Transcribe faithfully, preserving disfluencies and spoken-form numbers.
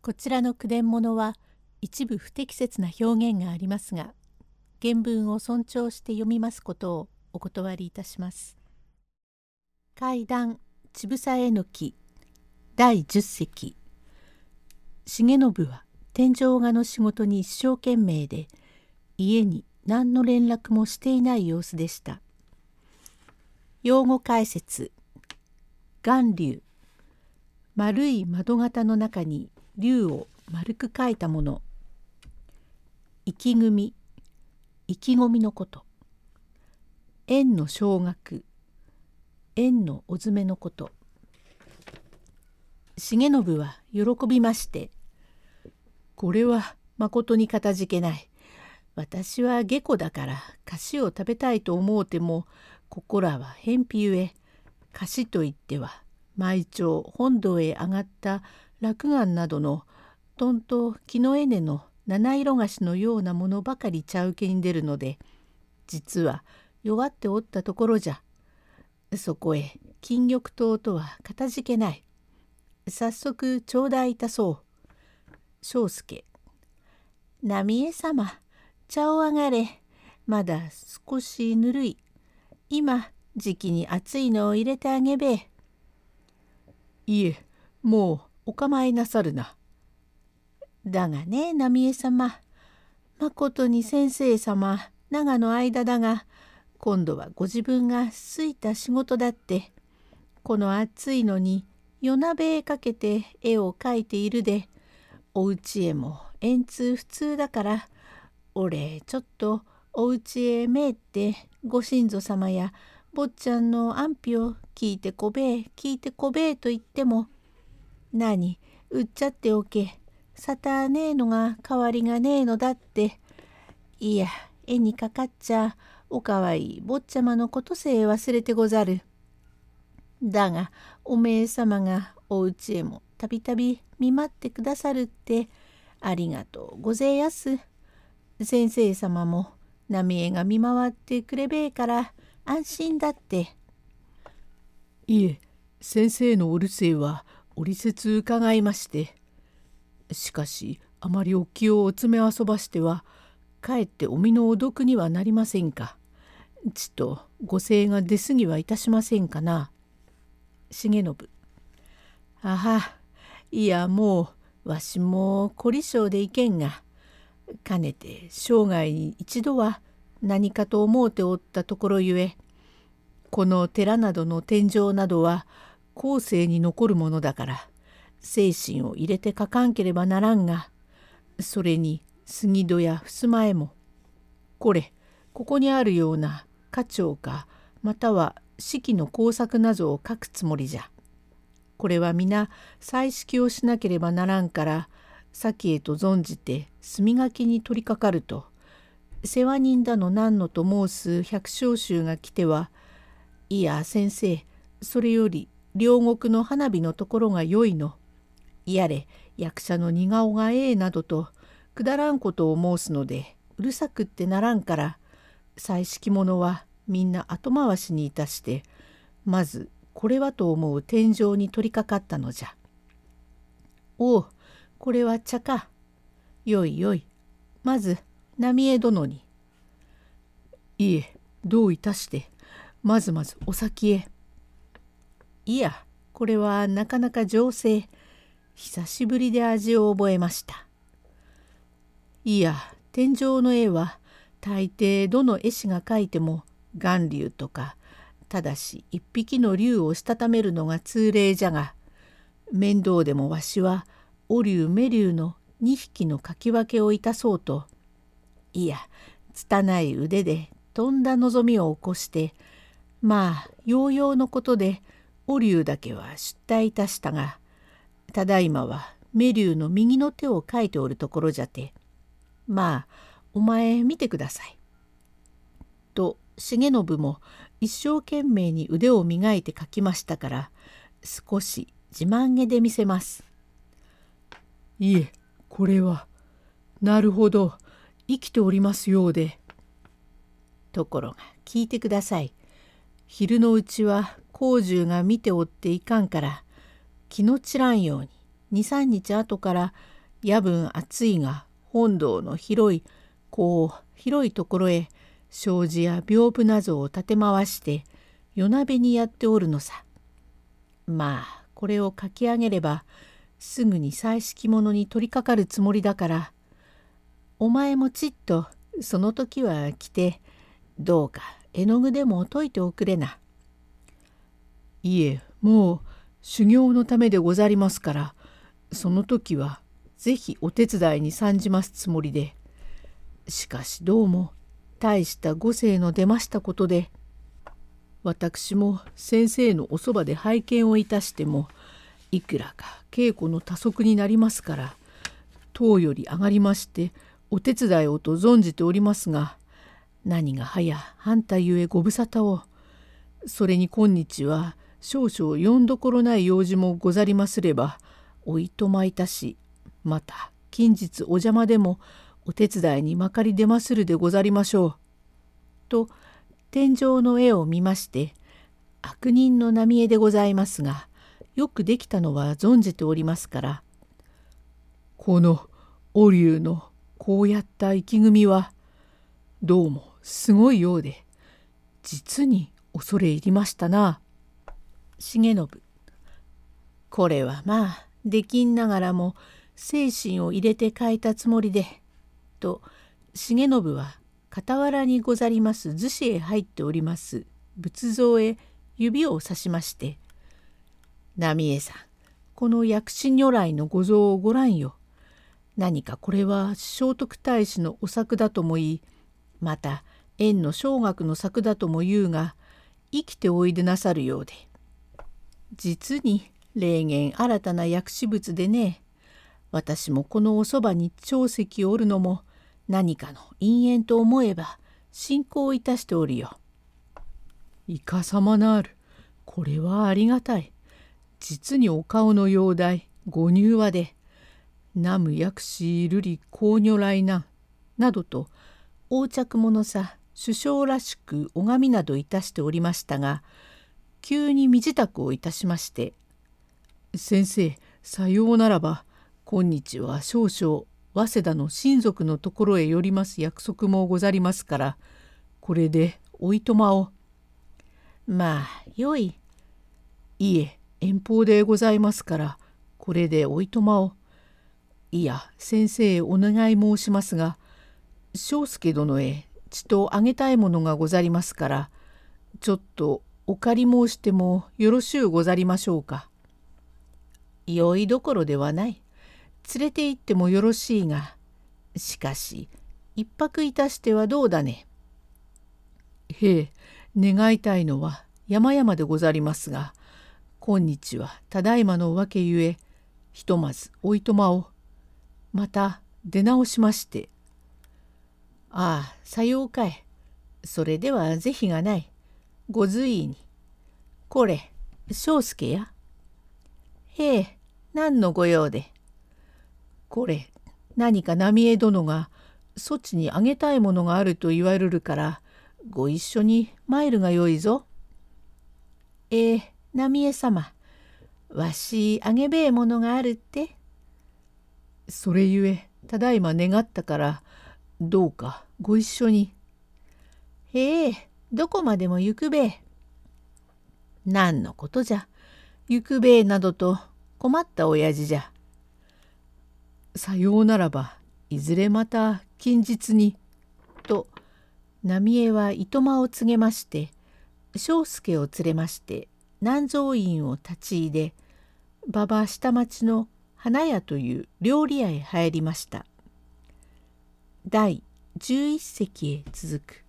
こちらの句伝物は一部不適切な表現がありますが、原文を尊重して読みますことをお断りいたします。怪談ちぶさえのきだいじゅっせき。重信は天井画の仕事に一生懸命で、家に何の連絡もしていない様子でした。用語解説。巌流、丸い窓型の中に龍を丸く描いたもの。意気組み、意気込みのこと。円の小学、円のお詰めのこと。重信は喜びまして、これはまことにかたじけない。私は下戸だから菓子を食べたいと思うても、ここらは偏僻ゆえ、菓子といっては毎朝本土へ上がった落雁などのとんと木の枝の七色菓子のようなものばかり茶受けに出るので、実は弱っておったところじゃ。そこへ金玉糖とはかたじけない。早速頂戴いたそう。庄助、浪江様、茶をあがれ。まだ少しぬるい。今じきに熱いのを入れてあげべえ。 いえ、もうお構いなさるな。 だがね、浪江様、まことに先生様、長の間だが、今度はご自分がすいた仕事だって、この暑いのに夜鍋へかけて絵を描いているで、お家へも円通普通だから、俺ちょっとお家へめえってご親族様や坊ちゃんの安否を聞いてこべえ聞いてこべえと言っても、何売っちゃっておけ、さたねえのが代わりがねえのだって、いや絵にかかっちゃおかわいい坊ちゃまのことせえ忘れてござる。だがおめえ様がお家へもたびたび見舞ってくださるってありがとうごぜえやす。先生様も浪江が見回ってくれべえから安心だって。 いえ、先生のお留守は折節伺いまして。しかしあまりお気をお詰め遊ばしてはかえってお身のお毒にはなりませんか。ちとご精が出過ぎはいたしませんかな。 重信、あは、いやもうわしも凝り性でいけんが、かねて生涯に一度は何かと思うておったところゆえ、この寺などの天井などは後世に残るものだから精神を入れて書かんければならんが、それに杉戸や襖絵もこれここにあるような花鳥かまたは四季の工作などを書くつもりじゃ。これは皆彩色をしなければならんから、先へと存じて墨書きに取りかかると、世話人だの何のと申す百姓衆が来ては、いや先生、それより両国の花火のところがよいの。やれ役者の似顔がええなどとくだらんことを申すのでうるさくってならんから、彩色物はみんな後回しにいたして、まずこれはと思う天井に取りかかったのじゃ。おう、これは茶か。よいよい、まず浪江殿に。 いえ、どういたして、まずまずお先へ。 いや、これはなかなか上生。久しぶりで味を覚えました。いや、天井の絵は大抵どの絵師が描いても巌流とか、ただし一匹の竜をしたためるのが通例じゃが、面倒でもわしはお竜目竜の二匹の描き分けをいたそうと、いや拙い腕でとんだ望みを起こして、まあようようのことでお竜だけは出題いたしたが、ただいまは目竜の右の手を描いておるところじゃて、まあお前見てください。と重信も一生懸命に腕を磨いて描きましたから、少し自慢げで見せます。 いえ、これはなるほど生きておりますようで。 ところが聞いてください。昼のうちは工従が見ておっていかんから、気の散らんように二三日後から夜分暑いが本堂の広いこう広いところへ障子や屏風などを立て回して夜なべにやっておるのさ。まあこれを書き上げればすぐに彩色物に取りかかるつもりだから、お前もちっとその時は来てどうか絵の具でも解いておくれな。 いえ、もう修行のためでござりますから、その時はぜひお手伝いに参じますつもりで。しかしどうも大したご生の出ましたことで、私も先生のおそばで拝見をいたしてもいくらか稽古の多足になりますから、塔より上がりましてお手伝いをと存じておりますが、何がはや反対ゆえご無沙汰を。それに今日は少々よんどころない用事もござりますればおいとまいたし、また近日お邪魔でもお手伝いにまかり出まするでござりましょう。と天井の絵を見まして、悪人の浪江でございますが、よくできたのは存じておりますから、 このお龍のこうやった意気込みはどうもすごいようで、実に恐れ入りましたな。 重信、これはまあできんながらも精神を入れて書いたつもりで、と重信は傍らにござります厨子へ入っております仏像へ指をさしまして、浪江さん、この薬師如来の御像をご覧よ。何かこれは聖徳太子のお作だとも言い、また円の小学の作だとも言うが、生きておいでなさるようで、実に霊言新たな薬師仏でね。私もこのおそばに長石をおるのも何かの因縁と思えば信仰いたしておるよ。 いかさまなる。これはありがたい。実にお顔の容体ご柔和で、南無薬師瑠璃光如来ななどと横着者さ首相らしく拝みなどいたしておりましたが、急に身支度をいたしまして、先生、さようならば今日は少々早稲田の親族のところへ寄ります約束もござりますから、これでおいとまを。 まあよい。 いえ、遠方でございますから、これでおいとまを。いや、先生へお願い申しますが、庄助殿へちとあげたいものがござりますから、ちょっとお借り申してもよろしゅうござりましょうか。 よいどころではない。連れて行ってもよろしいが、しかし一泊いたしてはどうだね。 へえ、願いたいのは山々でござりますが、今日はただいまのわけゆえ、ひとまずおいとまを。また出直しまして。 ああ、さようかい。それでは是非がない。ご随意に。これ、庄助や。へえ、何の御用で。 これ、何か浪江殿がそちにあげたいものがあると言われるから、ご一緒に参るがよいぞ。 ええ、浪江様、わしあげべえものがあるって。 それゆえただいま願ったから、どうかご一緒に。 へえ、どこまでも行くべえ。何のことじゃ。行くべえなどと困った親父じゃ。 さようならばいずれまた近日に。 と浪江はいとまを告げまして、庄助を連れまして南蔵院を立ち入れ、馬場下町の花屋という料理屋へ入りました。第じゅういっ席へ続く。